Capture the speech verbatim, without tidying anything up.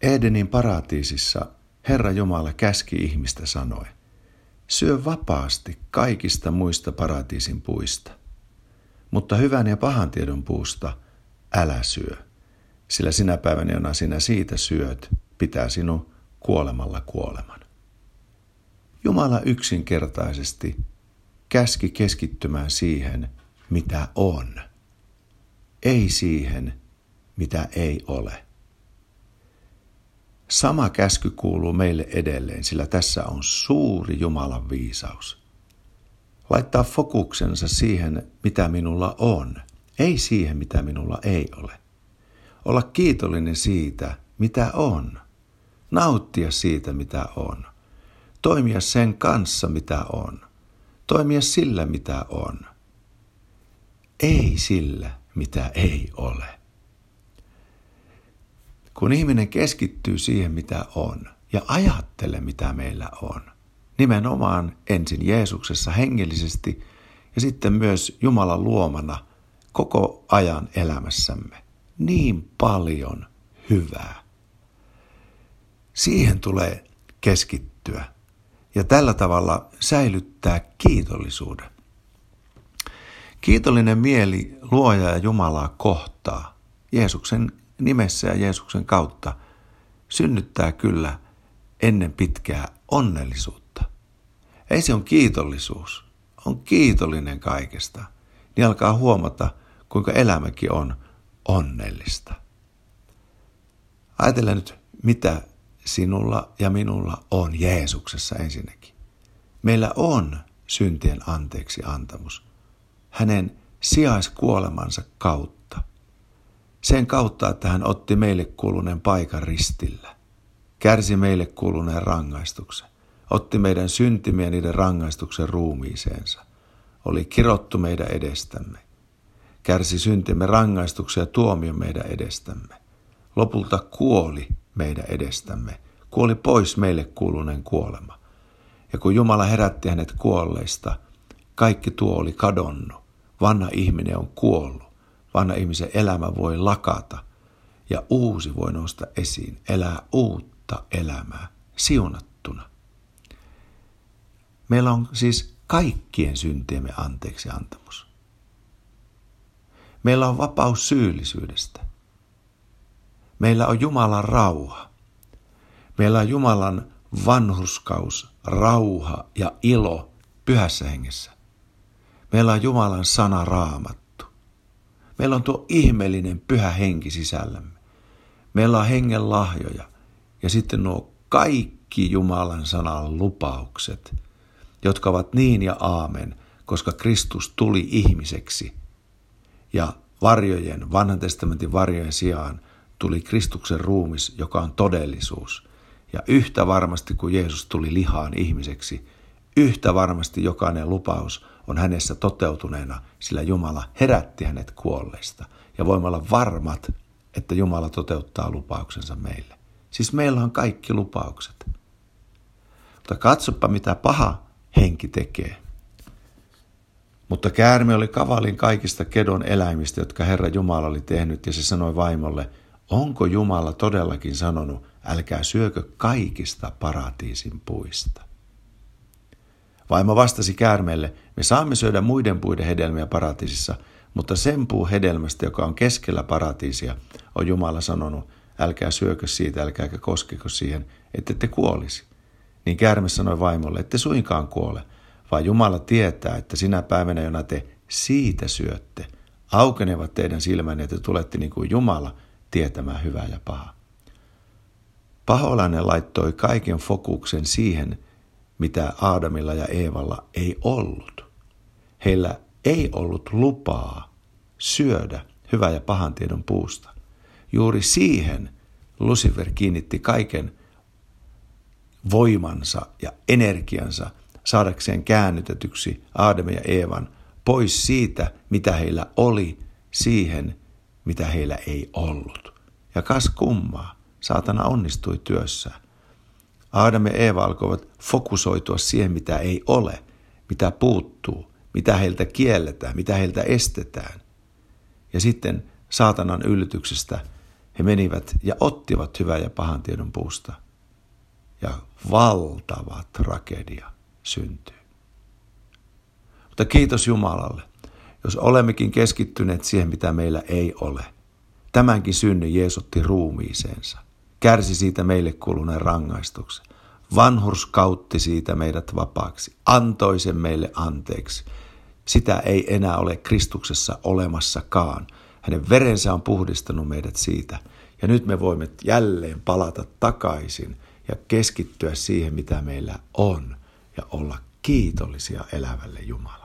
Edenin paratiisissa Herra Jumala käski ihmistä sanoen, syö vapaasti kaikista muista paratiisin puista, mutta hyvän ja pahan tiedon puusta älä syö, sillä sinä päivänä, jona sinä siitä syöt, pitää sinun kuolemalla kuoleman. Jumala yksinkertaisesti käski keskittymään siihen, mitä on, ei siihen, mitä ei ole. Sama käsky kuuluu meille edelleen, sillä tässä on suuri Jumalan viisaus. Laittaa fokuksensa siihen, mitä minulla on, ei siihen, mitä minulla ei ole. Olla kiitollinen siitä, mitä on. Nauttia siitä, mitä on. Toimia sen kanssa, mitä on. Toimia sillä, mitä on. Ei sillä, mitä ei ole. Kun ihminen keskittyy siihen, mitä on, ja ajattelee, mitä meillä on, nimenomaan ensin Jeesuksessa hengellisesti ja sitten myös Jumalan luomana koko ajan elämässämme, niin paljon hyvää. Siihen tulee keskittyä ja tällä tavalla säilyttää kiitollisuuden. Kiitollinen mieli Luoja ja Jumalaa kohtaa Jeesuksen nimessä ja Jeesuksen kautta synnyttää kyllä ennen pitkää onnellisuutta. Ei se on kiitollisuus, on kiitollinen kaikesta, niin alkaa huomata, kuinka elämäkin on onnellista. Ajatella nyt, mitä sinulla ja minulla on Jeesuksessa ensinnäkin. Meillä on syntien anteeksi antamus hänen sijaiskuolemansa kautta. Sen kautta, että hän otti meille kuuluneen paikan ristillä, kärsi meille kuuluneen rangaistuksen, otti meidän syntimme ja niiden rangaistuksen ruumiiseensa, oli kirottu meidän edestämme, kärsi syntimme rangaistuksen ja tuomion meidän edestämme, lopulta kuoli meidän edestämme, kuoli pois meille kuuluneen kuolema. Ja kun Jumala herätti hänet kuolleista, kaikki tuo oli kadonnut, vanha ihminen on kuollut. Vanha ihmisen elämä voi lakata ja uusi voi nousta esiin, elää uutta elämää, siunattuna. Meillä on siis kaikkien syntiemme anteeksi antamus. Meillä on vapaus syyllisyydestä. Meillä on Jumalan rauha. Meillä on Jumalan vanhurskaus, rauha ja ilo pyhässä hengessä. Meillä on Jumalan sana Raamattu. Meillä on tuo ihmeellinen pyhä henki sisällämme. Meillä on hengen lahjoja ja sitten nuo kaikki Jumalan sanan lupaukset, jotka ovat niin ja aamen, koska Kristus tuli ihmiseksi. Ja varjojen, vanhan testamentin varjojen sijaan tuli Kristuksen ruumis, joka on todellisuus. Ja yhtä varmasti kuin Jeesus tuli lihaan ihmiseksi, yhtä varmasti jokainen lupaus on hänessä toteutuneena, sillä Jumala herätti hänet kuolleista. Ja voimme olla varmat, että Jumala toteuttaa lupauksensa meille. Siis meillä on kaikki lupaukset. Mutta katsopa, mitä paha henki tekee. Mutta käärme oli kavalin kaikista kedon eläimistä, jotka Herra Jumala oli tehnyt, ja se sanoi vaimolle, onko Jumala todellakin sanonut, älkää syökö kaikista paratiisin puista. Vaimo vastasi käärmeelle, me saamme syödä muiden puiden hedelmiä paratiisissa, mutta sen puun hedelmästä, joka on keskellä paratiisia, on Jumala sanonut, älkää syökö siitä, älkääkä koskeko siihen, ette te kuolisi. Niin käärme sanoi vaimolle, ette suinkaan kuole, vaan Jumala tietää, että sinä päivänä, jona te siitä syötte, aukenevat teidän silmänne, että tulette niin kuin Jumala tietämään hyvää ja pahaa. Paholainen laittoi kaiken fokuksen siihen, mitä Aadamilla ja Eevalla ei ollut. Heillä ei ollut lupaa syödä hyvää ja pahan tiedon puusta. Juuri siihen Lucifer kiinnitti kaiken voimansa ja energiansa saadakseen käännytetyksi Aadamin ja Eevan pois siitä, mitä heillä oli, siihen, mitä heillä ei ollut. Ja kas kummaa, saatana onnistui työssään. Aadam ja Eeva alkoivat fokusoitua siihen, mitä ei ole, mitä puuttuu, mitä heiltä kielletään, mitä heiltä estetään. Ja sitten saatanan yllytyksestä He menivät ja ottivat hyvän ja pahan tiedon puusta. Ja valtava tragedia syntyi. Mutta kiitos Jumalalle, jos olemmekin keskittyneet siihen, mitä meillä ei ole. Tämänkin synnin Jeesus otti ruumiiseensa. Kärsi siitä meille kuuluneen rangaistuksen. Vanhurskautti siitä meidät vapaaksi. Antoi sen meille anteeksi. Sitä ei enää ole Kristuksessa olemassakaan. Hänen verensä on puhdistanut meidät siitä. Ja nyt me voimme jälleen palata takaisin ja keskittyä siihen, mitä meillä on. Ja olla kiitollisia elävälle Jumalalle.